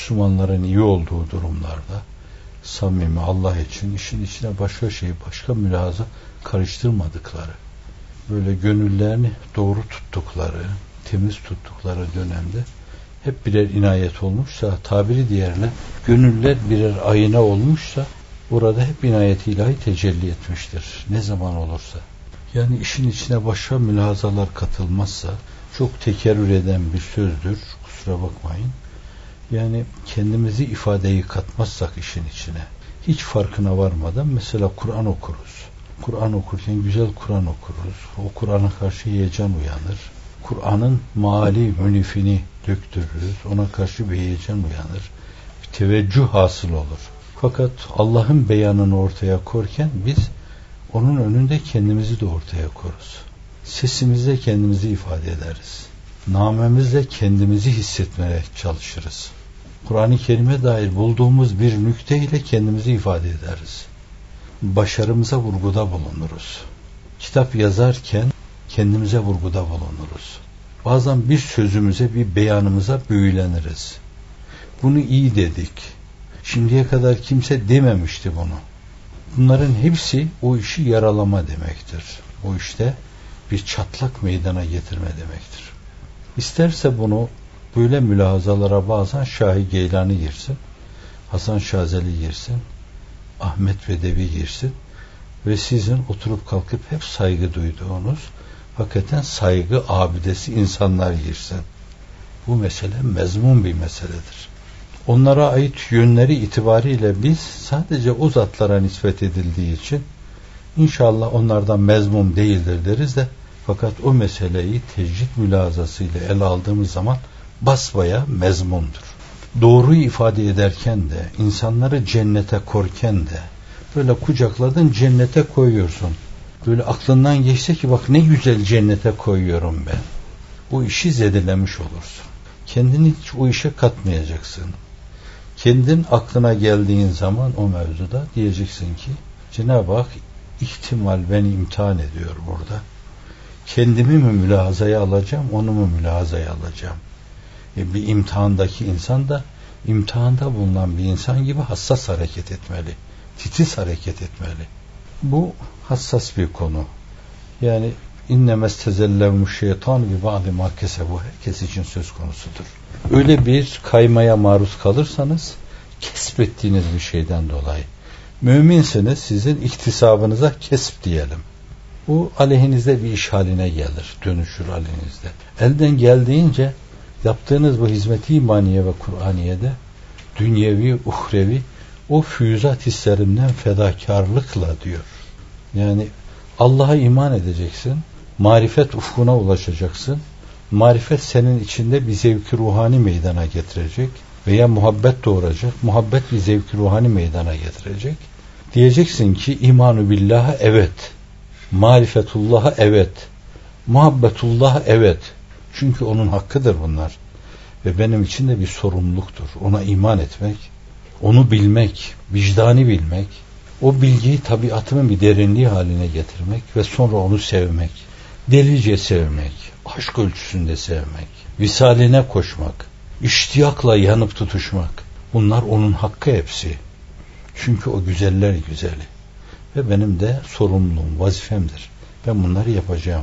Müslümanların iyi olduğu durumlarda samimi Allah için işin içine başka şey, başka mülahaza karıştırmadıkları, böyle gönüllerini doğru tuttukları, temiz tuttukları dönemde hep birer inayet olmuşsa, tabiri diğerine gönüller birer ayna olmuşsa, burada hep inayet-i ilahi tecelli etmiştir. Ne zaman olursa. Yani işin içine başka mülahazalar katılmazsa, çok tekerrür eden bir sözdür, kusura bakmayın. Yani kendimizi ifadeyi katmazsak işin içine, hiç farkına varmadan mesela Kur'an okuruz. Kur'an okurken güzel Kur'an okuruz. O Kur'an'a karşı heyecan uyanır. Kur'an'ın mali, münifini döktürürüz. Ona karşı bir heyecan uyanır. Bir teveccüh hasıl olur. Fakat Allah'ın beyanını ortaya korken biz onun önünde kendimizi de ortaya koruz. Sesimizle kendimizi ifade ederiz. Namemizle kendimizi hissetmeye çalışırız. Kur'an-ı Kerim'e dair bulduğumuz bir nükteyle kendimizi ifade ederiz. Başarımıza vurguda bulunuruz. Kitap yazarken kendimize vurguda bulunuruz. Bazen bir sözümüze, bir beyanımıza büyüleniriz. Bunu iyi dedik. Şimdiye kadar kimse dememişti bunu. Bunların hepsi o işi yaralama demektir. O işte bir çatlak meydana getirme demektir. İsterse bunu böyle mülahazalara bazen Şah-ı Geylani girsin, Hasan Şazeli girsin, Ahmet Bedevi girsin ve sizin oturup kalkıp hep saygı duyduğunuz, hakikaten saygı abidesi insanlar girsin. Bu mesele mezmun bir meseledir. Onlara ait yönleri itibariyle biz sadece o zatlara nispet edildiği için inşallah onlardan mezmum değildir deriz de, fakat o meseleyi tecrid mülazasıyla ele aldığımız zaman basbaya mezmundur. Doğruyu ifade ederken de, insanları cennete korken de, böyle kucakladın cennete koyuyorsun. Böyle aklından geçse ki bak ne güzel cennete koyuyorum ben. Bu işi zedelemiş olursun. Kendini hiç o işe katmayacaksın. Kendin aklına geldiğin zaman o mevzuda diyeceksin ki Cenab-ı Hak ihtimal beni imtihan ediyor burada. Kendimi mi mülahazaya alacağım, onu mu mülahazaya alacağım? Bir imtihandaki insan da imtihanda bulunan bir insan gibi hassas hareket etmeli. Titiz hareket etmeli. Bu hassas bir konu. Yani innemez tezellevmuş şeytan gibi bazı mahkese bu herkes için söz konusudur. Öyle bir kaymaya maruz kalırsanız kesbettiğiniz bir şeyden dolayı. Müminsiniz, sizin iktisabınıza kesp diyelim. Bu aleyhinizde bir iş haline gelir, dönüşür aleyhinizde. Elden geldiğince yaptığınız bu hizmet-i imaniye ve Kur'aniye'de dünyevi, uhrevi o füyüzat hislerinden fedakarlıkla diyor. Yani Allah'a iman edeceksin, marifet ufkuna ulaşacaksın. Marifet senin içinde bir zevk-i ruhani meydana getirecek veya muhabbet doğuracak. Muhabbet bir zevk-i ruhani meydana getirecek. Diyeceksin ki imanu billaha evet, marifetullah'a evet, muhabbetullah'a evet. Çünkü onun hakkıdır bunlar. Ve benim için de bir sorumluluktur. Ona iman etmek, onu bilmek, vicdani bilmek, o bilgiyi tabiatımın bir derinliği haline getirmek ve sonra onu sevmek, delice sevmek, aşk ölçüsünde sevmek, visaline koşmak, iştiyakla yanıp tutuşmak. Bunlar onun hakkı hepsi. Çünkü o güzeller güzeli. Ve benim de sorumluluğum, vazifemdir. Ben bunları yapacağım.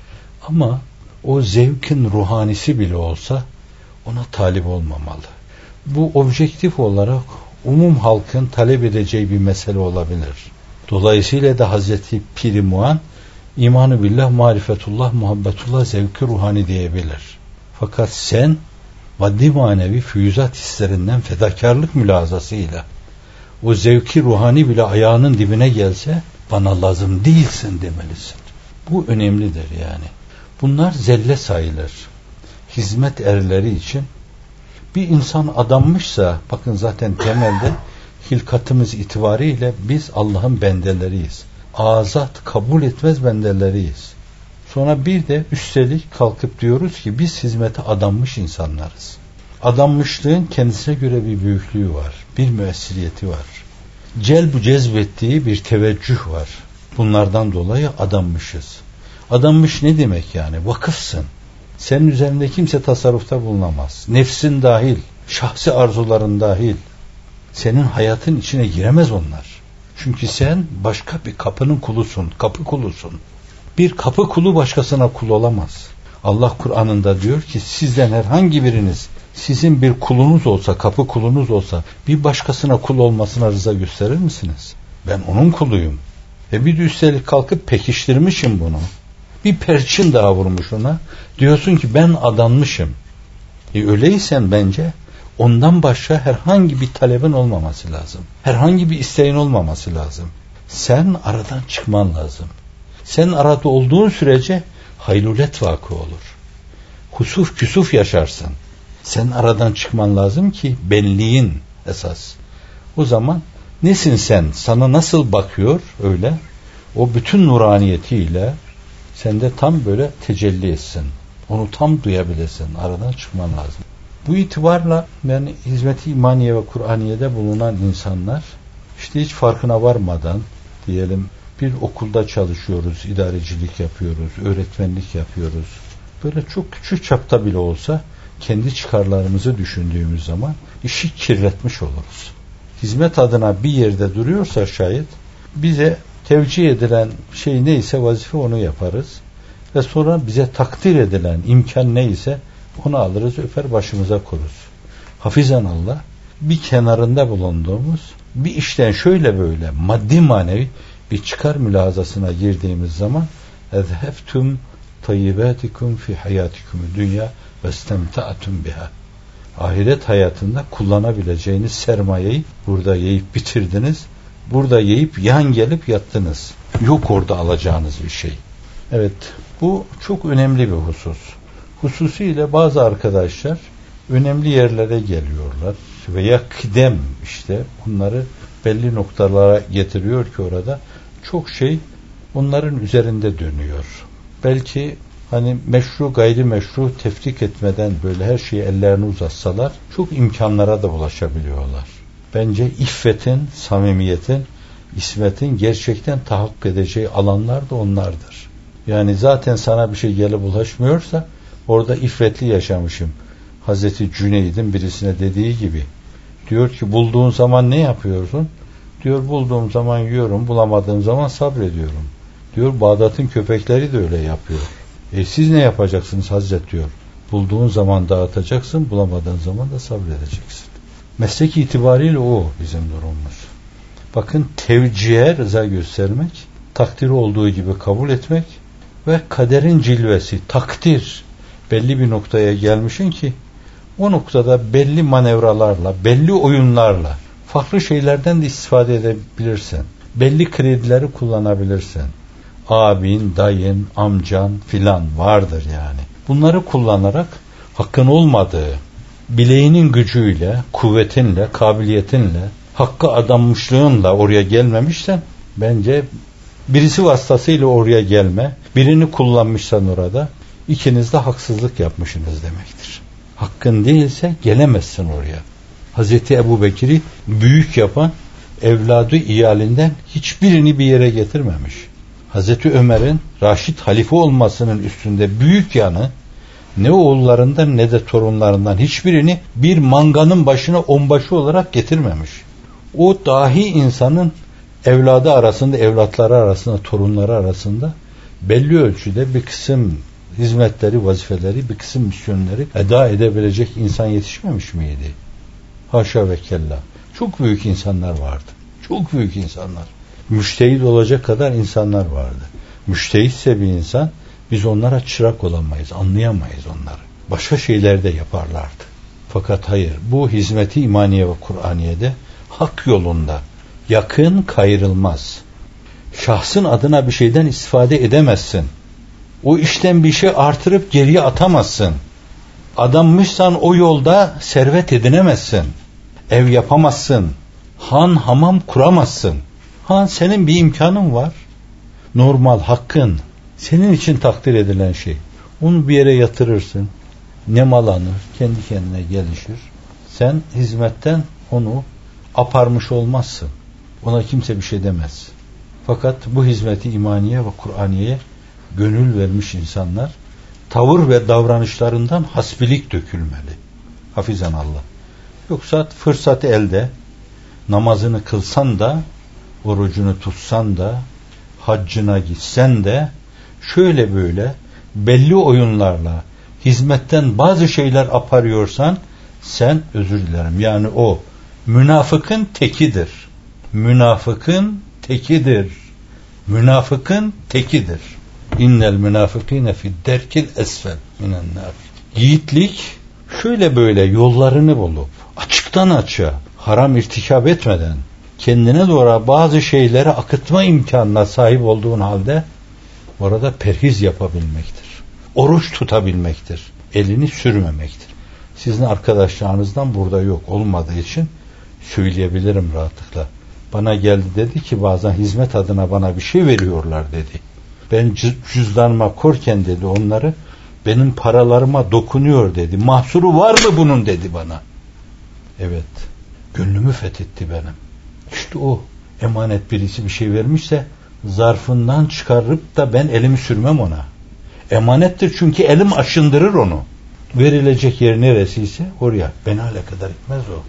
Ama o zevkin ruhanisi bile olsa ona talip olmamalı. Bu objektif olarak umum halkın talep edeceği bir mesele olabilir. Dolayısıyla da Hazreti Pir-i Muan imanı billah, marifetullah, muhabbetullah, zevk-i ruhani diyebilir. Fakat sen maddi manevi füyüzat hislerinden fedakarlık mülazasıyla o zevk-i ruhani bile ayağının dibine gelse bana lazım değilsin demelisin. Bu önemlidir yani. Bunlar zelle sayılır. Hizmet erleri için bir insan adanmışsa, bakın zaten temelde hilkatımız itibariyle biz Allah'ın bendeleriyiz. Azat kabul etmez bendeleriyiz. Sonra bir de üstelik kalkıp diyoruz ki biz hizmete adanmış insanlarız. Adanmışlığın kendisine göre bir büyüklüğü var. Bir müessiriyeti var. Celb-u cezbettiği bir teveccüh var. Bunlardan dolayı adanmışız. Adanmış ne demek yani? Vakıfsın. Senin üzerinde kimse tasarrufta bulunamaz. Nefsin dahil. şahsi arzuların dahil senin hayatın içine giremez onlar. Çünkü sen başka bir kapının kulusun, kapı kulusun. Bir kapı kulu başkasına kul olamaz. Allah Kur'an'ında diyor ki sizden herhangi biriniz sizin bir kulunuz olsa, kapı kulunuz olsa bir başkasına kul olmasına rıza gösterir misiniz? Ben onun kuluyum. Bir de üstelik kalkıp pekiştirmişim bunu. Bir perçin daha vurmuş ona. Diyorsun ki ben adanmışım. Öyleysen bence ondan başka herhangi bir talebin olmaması lazım. Herhangi bir isteğin olmaması lazım. Sen aradan çıkman lazım. Sen arada olduğun sürece haylulet vakı olur. Husuf küsuf yaşarsın. Sen aradan çıkman lazım ki benliğin esas. O zaman nesin sen? Sana nasıl bakıyor öyle? O bütün nuraniyetiyle sende tam böyle tecelli etsin. Onu tam duyabilesin. Aradan çıkman lazım. Bu itibarla yani hizmet-i imaniye ve Kur'aniye'de bulunan insanlar işte hiç farkına varmadan diyelim bir okulda çalışıyoruz, idarecilik yapıyoruz, öğretmenlik yapıyoruz. Böyle çok küçük çapta bile olsa kendi çıkarlarımızı düşündüğümüz zaman işi kirletmiş oluruz. Hizmet adına bir yerde duruyorsa şayet bize tevcih edilen şey neyse vazife onu yaparız. Ve sonra bize takdir edilen imkan neyse onu alırız, öper başımıza koruz. Hafizan Allah bir kenarında bulunduğumuz bir işten şöyle böyle maddi manevi bir çıkar mülahazasına girdiğimiz zaman اَذْهَفْتُمْ طَيِّبَاتِكُمْ فِي حَيَاتِكُمُ الدُّنْيَا وَاسْتَمْتَعْتُمْ بِهَا. Ahiret hayatında kullanabileceğiniz sermayeyi burada yiyip bitirdiniz. Burada yiyip yan gelip yattınız. Yok orada alacağınız bir şey. Evet, bu çok önemli bir husus. Hususiyle bazı arkadaşlar önemli yerlere geliyorlar veya kıdem işte onları belli noktalara getiriyor ki orada çok şey onların üzerinde dönüyor. Belki hani meşru gayrimeşru tefrik etmeden böyle her şeyi ellerini uzatsalar çok imkanlara da ulaşabiliyorlar. Bence iffetin, samimiyetin, ismetin gerçekten tahakkuk edeceği alanlar da onlardır. Yani zaten sana bir şey gelip ulaşmıyorsa orada iffetli yaşamışım. Hazreti Cüneyd'in birisine dediği gibi diyor ki bulduğun zaman ne yapıyorsun? Diyor bulduğum zaman yiyorum, bulamadığım zaman sabrediyorum. Diyor Bağdat'ın köpekleri de öyle yapıyor. Siz ne yapacaksınız Hazret diyor. Bulduğun zaman dağıtacaksın, bulamadığın zaman da sabredeceksin. Meslek itibariyle o bizim durumumuz. Bakın tevcihe rıza göstermek, takdiri olduğu gibi kabul etmek ve kaderin cilvesi, takdir belli bir noktaya gelmişin ki o noktada belli manevralarla, belli oyunlarla farklı şeylerden de istifade edebilirsin. Belli kredileri kullanabilirsin. Abin, dayın, amcan filan vardır yani. Bunları kullanarak hakkın olmadığı, bileğinin gücüyle, kuvvetinle, kabiliyetinle, hakkı adanmışlığınla oraya gelmemişsen bence birisi vasıtasıyla oraya gelme, birini kullanmışsan orada ikiniz de haksızlık yapmışsınız demektir. Hakkın değilse gelemezsin oraya. Hazreti Ebubekir'i büyük yapan evladı iyalinden hiçbirini bir yere getirmemiş. Hazreti Ömer'in Raşid halife olmasının üstünde büyük yanı ne oğullarından ne de torunlarından hiçbirini bir manganın başına onbaşı olarak getirmemiş. O dahi insanın evladı arasında, evlatları arasında, torunları arasında belli ölçüde bir kısım hizmetleri, vazifeleri, bir kısım misyonları eda edebilecek insan yetişmemiş miydi? Haşa ve kella. Çok büyük insanlar vardı. Çok büyük insanlar. Müştehit olacak kadar insanlar vardı. Müştehitse bir insan biz onlara çırak olamayız, anlayamayız onları. Başka şeyler de yaparlardı. Fakat hayır, bu hizmeti imaniye ve Kur'aniye'de hak yolunda yakın kayırılmaz. Şahsın adına bir şeyden istifade edemezsin. O işten bir şey artırıp geriye atamazsın. Adanmışsan o yolda servet edinemezsin. Ev yapamazsın. Han hamam kuramazsın. Senin bir imkanın var. Normal hakkın. Senin için takdir edilen şey. Onu bir yere yatırırsın. Nemalanır. Kendi kendine gelişir. Sen hizmetten onu aparmış olmazsın. Ona kimse bir şey demez. Fakat bu hizmeti imaniye ve Kur'aniye gönül vermiş insanlar tavır ve davranışlarından hasbilik dökülmeli. Hafizan Allah. Yoksa fırsat elde, namazını kılsan da, orucunu tutsan da, haccına gitsen de, şöyle böyle belli oyunlarla hizmetten bazı şeyler aparıyorsan, sen, özür dilerim, yani o münafıkın tekidir. Münafıkın tekidir. Münafıkın tekidir. İnnel münafıkîne fid-derkil esfel minen nâr. Yiğitlik şöyle böyle yollarını bulup açıktan açığa haram irtikab etmeden kendine doğru bazı şeyleri akıtma imkanına sahip olduğun halde orada perhiz yapabilmektir. Oruç tutabilmektir. Elini sürmemektir. Sizin arkadaşlarınızdan burada yok olmadığı için söyleyebilirim rahatlıkla. Bana geldi dedi ki bazen hizmet adına bana bir şey veriyorlar dedi. Ben cüzdanıma korken dedi onları benim paralarıma dokunuyor dedi. Mahsuru var mı bunun dedi bana. Evet. Gönlümü fethetti benim. İşte o emanet birisi bir şey vermişse zarfından çıkarıp da ben elimi sürmem ona. Emanettir çünkü elim aşındırır onu. Verilecek yer neresiyse oraya. Beni alakadar etmez o.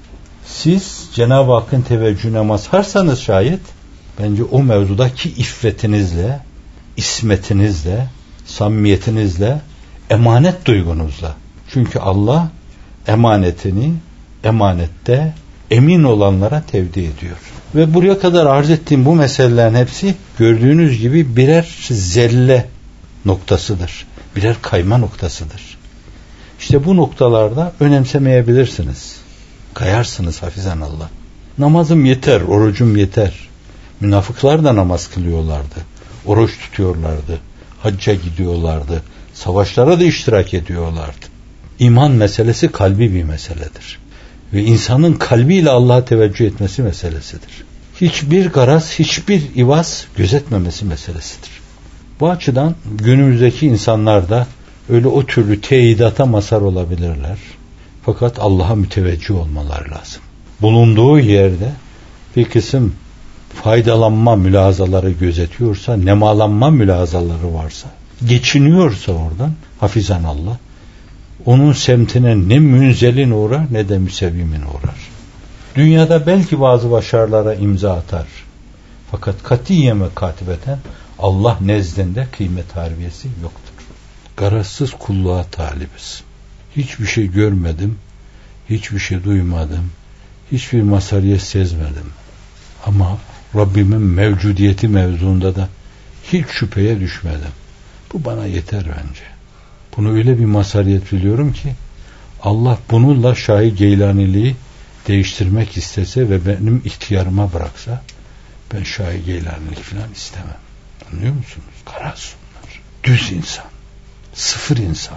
Siz Cenab-ı Hakk'ın teveccühüne mazharsanız şayet bence o mevzudaki iffetinizle, ismetinizle, samimiyetinizle, emanet duygunuzla. Çünkü Allah emanetini emanette emin olanlara tevdi ediyor. Ve buraya kadar arz ettiğim bu meselelerin hepsi gördüğünüz gibi birer zelle noktasıdır. Birer kayma noktasıdır. İşte bu noktalarda önemsemeyebilirsiniz. Kayarsınız hafizanallah. Namazım yeter, orucum yeter. Münafıklar da namaz kılıyorlardı. Oruç tutuyorlardı. Hacca gidiyorlardı. Savaşlara da iştirak ediyorlardı. İman meselesi kalbi bir meseledir. Ve insanın kalbiyle Allah'a teveccüh etmesi meselesidir. Hiçbir garaz, hiçbir ivaz gözetmemesi meselesidir. Bu açıdan günümüzdeki insanlar da öyle o türlü teyidata mazhar olabilirler. Fakat Allah'a müteveccih olmaları lazım. Bulunduğu yerde bir kısım faydalanma mülahazaları gözetiyorsa, nemalanma mülahazaları varsa, geçiniyorsa oradan hafizanallah, onun semtine ne münzelin uğrar ne de müsevvimin uğrar. Dünyada belki bazı başarılara imza atar. Fakat katiyen ve katibeten Allah nezdinde kıymet harbiyesi yoktur. Garazsız kulluğa talibiz. Hiçbir şey görmedim, hiçbir şey duymadım, hiçbir mazhariyet sezmedim. Ama Rabbimin mevcudiyeti mevzuunda da hiç şüpheye düşmedim. Bu bana yeter bence. Bunu öyle bir mazhariyet biliyorum ki Allah bununla Şah-ı Geylaniliği değiştirmek istese ve benim ihtiyarıma bıraksa ben Şah-ı Geylanilik falan istemem. Anlıyor musunuz? Garaz bunlar. Düz insan. Sıfır insan.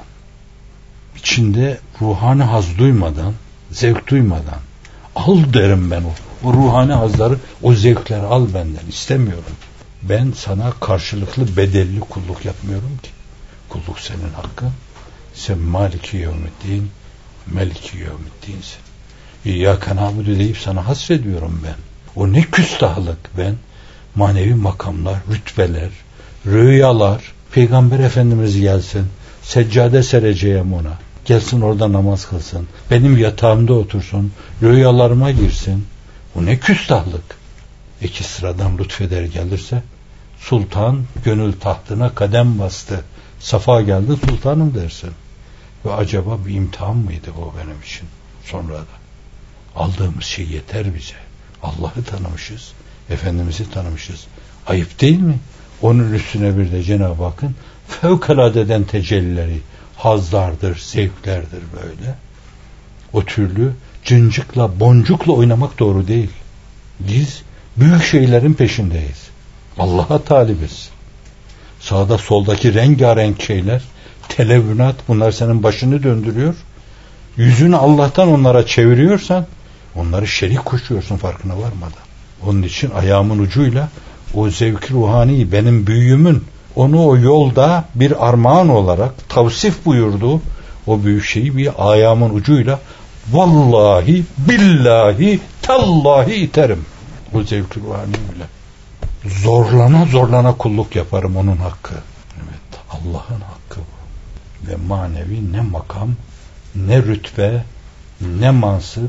İçinde ruhani haz duymadan, zevk duymadan al derim ben o ruhani hazları, o zevkleri al benden, istemiyorum. Ben sana karşılıklı bedelli kulluk yapmıyorum ki. Kulluk senin hakkın. Sen Maliki Yevmiddin, Meliki Yevmiddin'sin. İyyâke na'budu deyip sana hasrediyorum ben. O ne küstahlık ben. Manevi makamlar, rütbeler, rüyalar, Peygamber Efendimiz gelsin, seccade sereceğim ona. Gelsin orada namaz kılsın. Benim yatağımda otursun. Rüyalarıma girsin. Bu ne küstahlık. İki sıradan lütfeder gelirse sultan gönül tahtına kadem bastı. Safa geldi sultanım dersin. Ve acaba bir imtihan mıydı o benim için? Sonra da aldığımız şey yeter bize. Allah'ı tanımışız. Efendimiz'i tanımışız. Ayıp değil mi? Onun üstüne bir de Cenab-ı Hakk'ın fevkaladeden tecellileri, hazlardır, zevklerdir böyle. O türlü cıncıkla, boncukla oynamak doğru değil. Biz büyük şeylerin peşindeyiz. Allah'a talibiz. Sağda soldaki rengarenk şeyler, televünat, bunlar senin başını döndürüyor. Yüzünü Allah'tan onlara çeviriyorsan, onları şerik koşuyorsun farkına varmadan. Onun için ayağımın ucuyla o zevk-i ruhani, benim büyüğümün onu o yolda bir armağan olarak tavsif buyurduğu o büyük şeyi bir ayağımın ucuyla vallahi, billahi, tallahi iterim. O zevk-i ruhani bile. Zorlana zorlana kulluk yaparım, onun hakkı. Evet, Allah'ın hakkı bu. Ve manevi ne makam, ne rütbe, ne mansıp,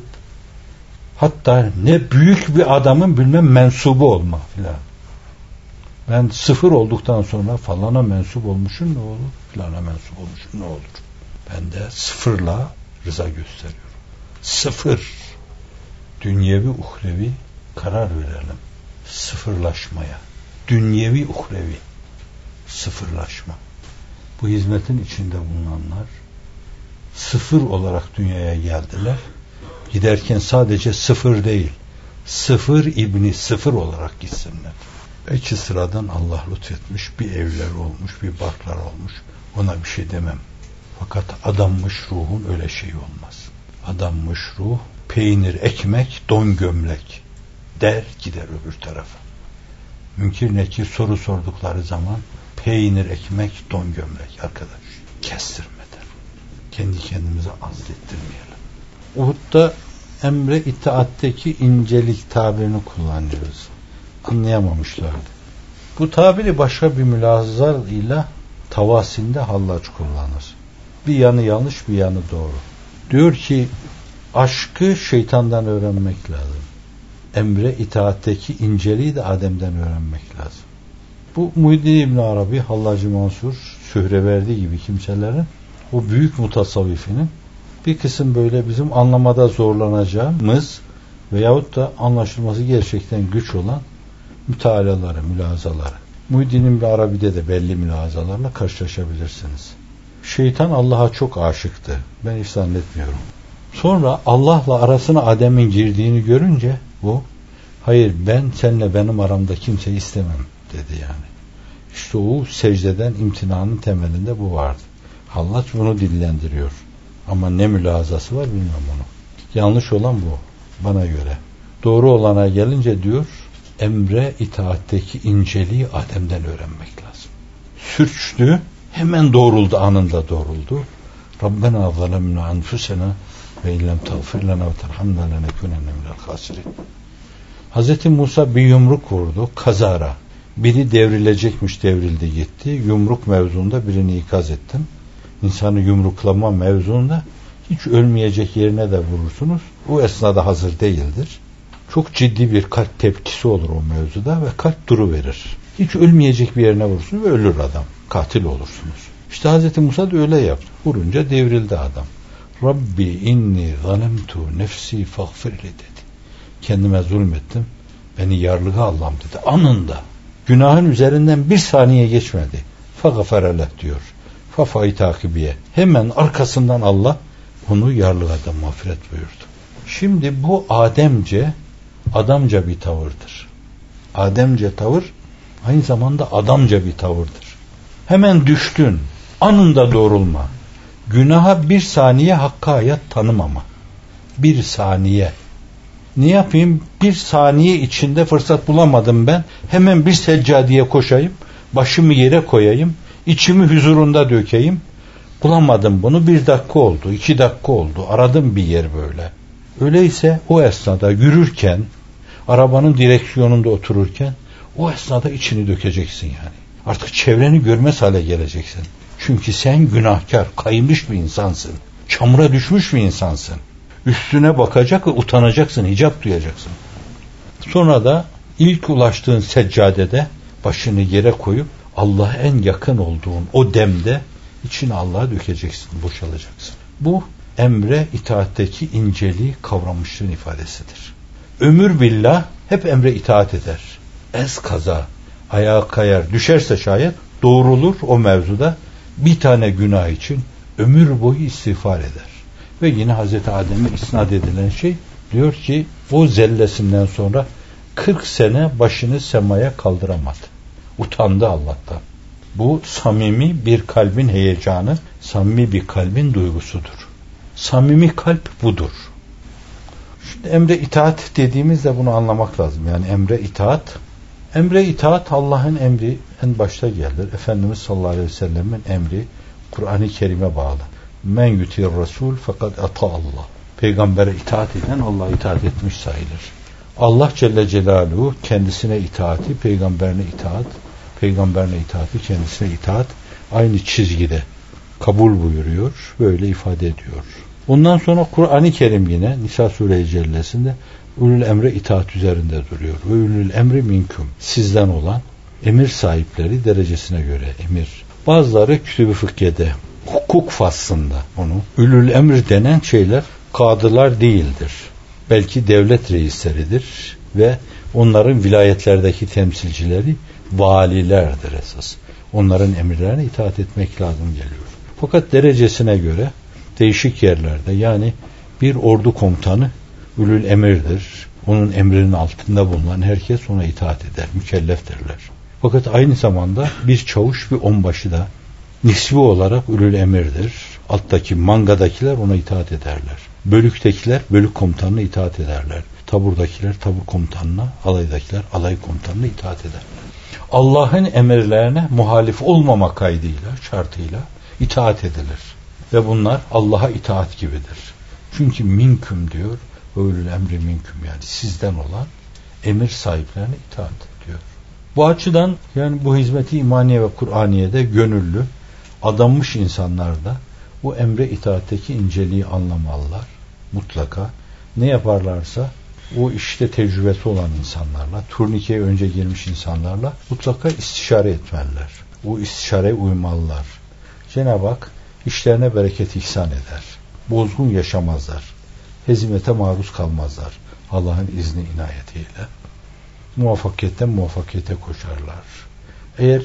hatta ne büyük bir adamın bilmem mensubu olma filan. Ben sıfır olduktan sonra falana mensup olmuşum ne olur, filana mensup olmuşum ne olur. Ben de sıfırla rıza gösteriyorum. Sıfır. Dünyevi uhrevi karar verelim. Sıfırlaşmaya. Dünyevi uhrevi sıfırlaşma. Bu hizmetin içinde bulunanlar sıfır olarak dünyaya geldiler. Giderken sadece sıfır değil, sıfır ibni sıfır olarak gitsinler. Belki sıradan Allah lütfetmiş, bir evler olmuş, bir barklar olmuş. Ona bir şey demem. Fakat adanmış ruhun öyle şeyi olmaz. Adanmış ruh, peynir, ekmek, don gömlek der gider öbür tarafa. Münkir nekir soru sordukları zaman peynir, ekmek, don gömlek arkadaş. Kestirmeden. Kendi kendimize azlettirmeyelim. Uhud'da emre itaatteki incelik tabirini kullanıyoruz. Anlayamamışlardı. Bu tabiri başka bir mülazar ile tavasinde Hallaç kullanır. Bir yanı yanlış, bir yanı doğru. Diyor ki aşkı şeytandan öğrenmek lazım. Emre itaatteki inceliği de Adem'den öğrenmek lazım. Bu Muhyiddin İbn Arabi, Hallacı Mansur, Sühreverdi gibi kimselerin, o büyük mutasavvifinin bir kısım böyle bizim anlamada zorlanacağımız veyahut da anlaşılması gerçekten güç olan mütealaları, mülazaları. Muhyiddin İbn Arabi'de de belli mülazalarla karşılaşabilirsiniz. Şeytan Allah'a çok aşıktı. Ben hiç zannetmiyorum. Sonra Allah'la arasına Adem'in girdiğini görünce bu, hayır ben seninle benim aramda kimseyi istemem dedi yani. İşte o secdeden imtinanın temelinde bu vardı. Hallaç bunu dillendiriyor. Ama ne mülazası var bilmem onu. Yanlış olan bu bana göre. Doğru olana gelince diyor, emre itaatteki inceliği Adem'den öğrenmek lazım. Sürçtü, hemen doğruldu, anında doğruldu. Rabbena zalemna enfusena ve illem tağfir lana ve terhamna lenekunenne minel hasirin. Hazreti Musa bir yumruk vurdu kazara. Biri devrilecekmiş, devrildi gitti. Yumruk mevzunda birini ikaz ettim. İnsanı yumruklama mevzunda hiç ölmeyecek yerine de vurursunuz. O esnada hazır değildir. Çok ciddi bir kalp tepkisi olur o mevzuda ve kalp duruverir. Hiç ölmeyecek bir yerine vurursunuz ve ölür adam. Katil olursunuz. İşte Hz. Musa da öyle yaptı. Vurunca devrildi adam. Rabbi inni zalemtu nefsi faghfirli dedi. Kendime zulmettim. Beni yarlığa Allah'ım dedi. Anında. Günahın üzerinden bir saniye geçmedi. Fagfereleh diyor. Fafayı takibiye. Hemen arkasından Allah onu yarlığa da mağfiret buyurdu. Şimdi bu adamca bir tavırdır. Ademce tavır aynı zamanda adamca bir tavırdır. Hemen düştün. Anında doğrulma. Günaha bir saniye hakka hayat tanımama. Bir saniye. Ne yapayım? Bir saniye içinde fırsat bulamadım ben. Hemen bir seccadeye koşayım. Başımı yere koyayım. İçimi huzurunda dökeyim. Bulamadım bunu. 1 dakika oldu. 2 dakika oldu. Aradım bir yer böyle. Öyleyse o esnada yürürken, arabanın direksiyonunda otururken o esnada içini dökeceksin yani. Artık çevreni görmez hale geleceksin. Çünkü sen günahkar, kaymış bir insansın. Çamura düşmüş bir insansın. Üstüne bakacak ve utanacaksın, hicap duyacaksın. Sonra da ilk ulaştığın seccadede başını yere koyup Allah'a en yakın olduğun o demde içine Allah'a dökeceksin, boşalacaksın. Bu emre itaatteki inceliği kavramışlığın ifadesidir. Ömür billah hep emre itaat eder. Ez kaza, ayağa kayar, düşerse şayet doğrulur o mevzuda bir tane günah için ömür boyu istiğfar eder. Ve yine Hazreti Adem'e isnat edilen şey diyor ki o zellesinden sonra 40 sene başını semaya kaldıramadı. Utandı Allah'tan. Bu samimi bir kalbin heyecanı, samimi bir kalbin duygusudur. Samimi kalp budur. Şimdi emre itaat dediğimizde bunu anlamak lazım. Yani emre itaat Allah'ın emri en başta gelir. Efendimiz sallallahu aleyhi ve sellemin emri Kur'an-ı Kerim'e bağlı. Men yutir Resul fakat ata Allah. Peygambere itaat eden Allah'a itaat etmiş sayılır. Allah Celle Celaluhu kendisine itaati, peygamberine itaati, kendisine itaat aynı çizgide kabul buyuruyor, böyle ifade ediyor. Ondan sonra Kur'an-ı Kerim yine Nisa Sure-i Cellesi'nde ulul emre itaat üzerinde duruyor. Ve ulul emri minkum, sizden olan emir sahipleri derecesine göre emir. Bazıları Kütüb-i Fıkhe'de hukuk faslında onu ulul emir denen şeyler kadılar değildir. Belki devlet reisleridir ve onların vilayetlerdeki temsilcileri valilerdir esas. Onların emirlerine itaat etmek lazım geliyor. Fakat derecesine göre değişik yerlerde, yani bir ordu komutanı ulul emirdir. Onun emrinin altında bulunan herkes ona itaat eder, mükelleftirler. Fakat aynı zamanda bir çavuş, bir onbaşı da nisbi olarak ulul emirdir. Alttaki mangadakiler ona itaat ederler. Bölüktekiler bölük komutanına itaat ederler. Taburdakiler tabur komutanına, alaydakiler alay komutanına itaat ederler. Allah'ın emirlerine muhalif olmama kaydıyla, şartıyla itaat edilir. Ve bunlar Allah'a itaat gibidir. Çünkü minküm diyor, ulul emri minküm, yani sizden olan emir sahiplerine itaat diyor. Bu açıdan yani bu hizmeti imaniye ve Kur'aniye'de gönüllü, adanmış insanlar da bu emre itaatteki inceliği anlamalılar. Mutlaka ne yaparlarsa o işte tecrübesi olan insanlarla, turnikeye önce girmiş insanlarla mutlaka istişare etmeliler. O istişareye uymalılar. Cenab-ı Hak işlerine bereket ihsan eder. Bozgun yaşamazlar. Hezimete maruz kalmazlar. Allah'ın izni inayetiyle. Muvaffakiyetten muvaffakiyete koşarlar. Eğer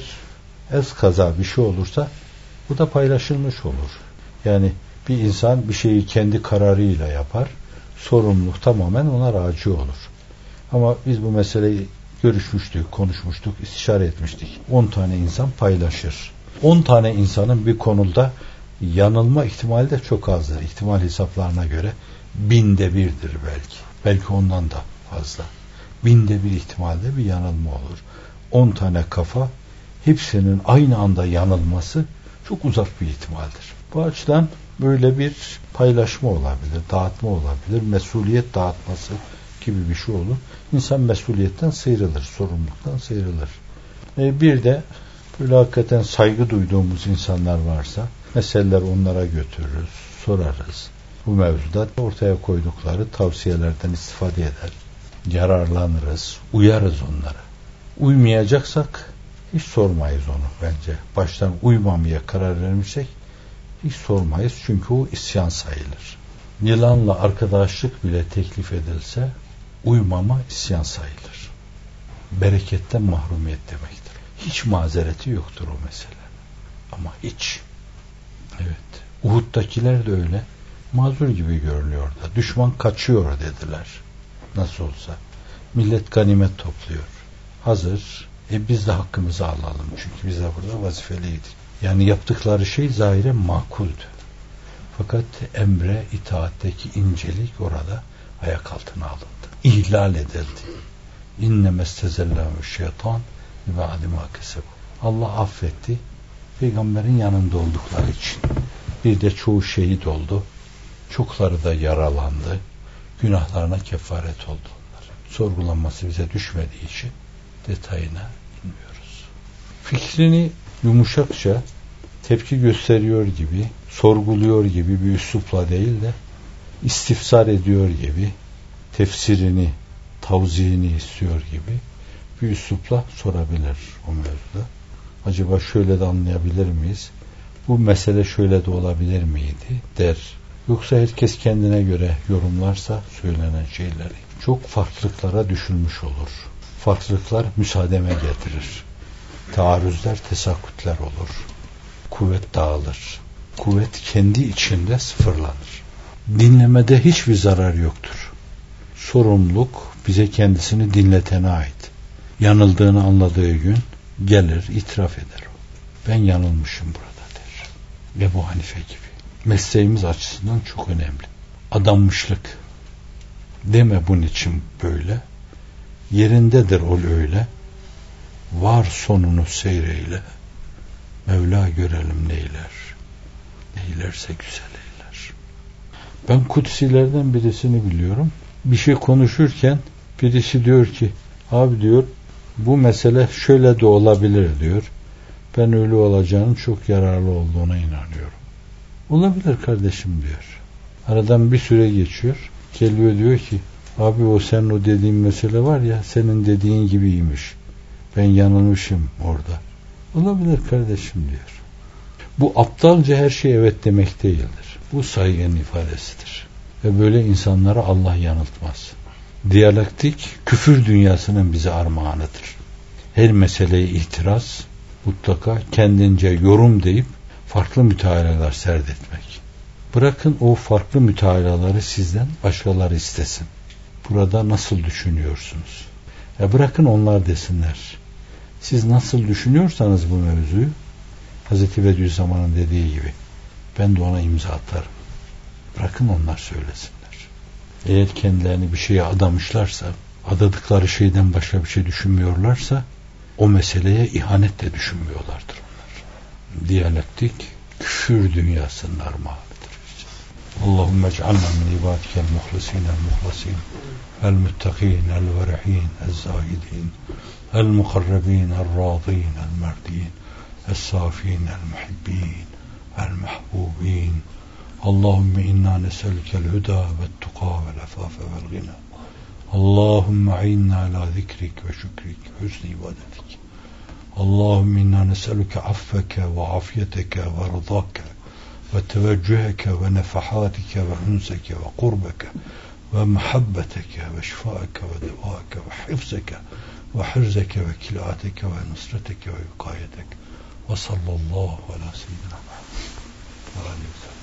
ez kaza bir şey olursa bu da paylaşılmış olur. Yani bir insan bir şeyi kendi kararıyla yapar. Sorumluluk tamamen ona raci olur. Ama biz bu meseleyi görüşmüştük, konuşmuştuk, istişare etmiştik. 10 tane insan paylaşır. 10 tane insanın bir konuda yanılma ihtimali de çok azdır. İhtimal hesaplarına göre 1000'de 1'dir belki. Belki ondan da fazla. 1000'de 1 ihtimalde bir yanılma olur. 10 tane kafa hepsinin aynı anda yanılması çok uzak bir ihtimaldir. Bu açıdan böyle bir paylaşma olabilir, dağıtma olabilir, mesuliyet dağıtması gibi bir şey olur. İnsan mesuliyetten sıyrılır, sorumluluktan sıyrılır. Bir de böyle hakikaten saygı duyduğumuz insanlar varsa meseleler onlara götürürüz, sorarız. Bu mevzuda ortaya koydukları tavsiyelerden istifade eder. Yararlanırız, uyarız onlara. Uymayacaksak hiç sormayız onu bence. Baştan uymamaya karar vermişsek hiç sormayız, çünkü o isyan sayılır. Yılanla arkadaşlık bile teklif edilse uymama isyan sayılır. Bereketten mahrumiyet demektir. Hiç mazereti yoktur o mesele. Ama hiç. Evet. Uhud'dakiler de öyle. Mazur gibi görünüyor da. Düşman kaçıyor dediler. Nasıl olsa. Millet ganimet topluyor. Hazır. Biz de hakkımızı alalım. Çünkü biz de burada vazifeliydik. Yani yaptıkları şey zahire makuldü. Fakat emre itaatteki incelik orada ayak altına alındı. İhlal edildi. İnnemestezellahu şeytan ve adima kesebu. Allah affetti. Peygamberin yanında oldukları için. Bir de çoğu şehit oldu. Çokları da yaralandı. Günahlarına kefaret oldu onlar. Sorgulanması bize düşmediği için detayına bilmiyoruz. Fikrini yumuşakça tepki gösteriyor gibi, sorguluyor gibi bir üslupla değil de istifsar ediyor gibi, tefsirini, tavziyini istiyor gibi bir üslupla sorabilir o mevzuda. Acaba şöyle de anlayabilir miyiz? Bu mesele şöyle de olabilir miydi der. Yoksa herkes kendine göre yorumlarsa söylenen şeyleri çok farklılıklara düşülmüş olur. Farklılıklar müsaademe getirir. Taarruzlar, tesakkutler olur. Kuvvet dağılır. Kuvvet kendi içinde sıfırlanır. Dinlemede hiçbir zarar yoktur. Sorumluluk bize kendisini dinletene ait. Yanıldığını anladığı gün gelir, itiraf eder o. Ben yanılmışım burada der. Ebu Hanife gibi. Mesleğimiz açısından çok önemli. Adanmışlık. Deme bunun için böyle. Yerindedir ol öyle. Var sonunu seyreyle. Mevla görelim neyler. Neylerse güzel eyler. Ben kutsilerden birisini biliyorum. Bir şey konuşurken birisi diyor ki, abi diyor, bu mesele şöyle de olabilir diyor. Ben öyle olacağının çok yararlı olduğuna inanıyorum. Olabilir kardeşim diyor. Aradan bir süre geçiyor. Geliyor diyor ki abi o senin o dediğin mesele var ya senin dediğin gibiymiş. Ben yanılmışım orada. Olabilir kardeşim diyor. Bu aptalca her şeye evet demek değildir. Bu saygının ifadesidir. Ve böyle insanlara Allah yanıltmaz. Diyalektik küfür dünyasının bize armağanıdır. Her meseleye itiraz, mutlaka kendince yorum deyip farklı mütealalar serdetmek. Bırakın o farklı mütealaları sizden başkaları istesin. Burada nasıl düşünüyorsunuz? Bırakın onlar desinler. Siz nasıl düşünüyorsanız bu mevzuyu, Hazreti Bediüzzaman'ın dediği gibi ben de ona imza atarım. Bırakın onlar söylesinler. Eğer kendilerini bir şeye adamışlarsa, adadıkları şeyden başka bir şey düşünmüyorlarsa o meseleye ihanetle düşünmüyorlardır onlar. Diyalektik küfür dünyasının armağanıdır. Allahümme ec'alna min ibadikel muhlisinel muhlasin el muttakin el verihin el zahidin el mukarrabin el radin el merdin el safin el muhibbin el mahbubin. Allahümme inna neselükel huda ve tuqa vel afafe vel gina. Allahümme inna ala zikrik ve şükrik ve husni ibadetik. Allahümme inna neselüke affeke ve afiyeteke ve rıdake ve teveccüheke ve nefahatike ve ünseke ve kurbeke ve muhabbeteke ve şifaeke ve devake ve hifzeke ve hirzeke ve kilateke ve nusreteke ve yukayeteke ve sallallahu ala seyyidina Muhammed ve aleyhi ve sellem.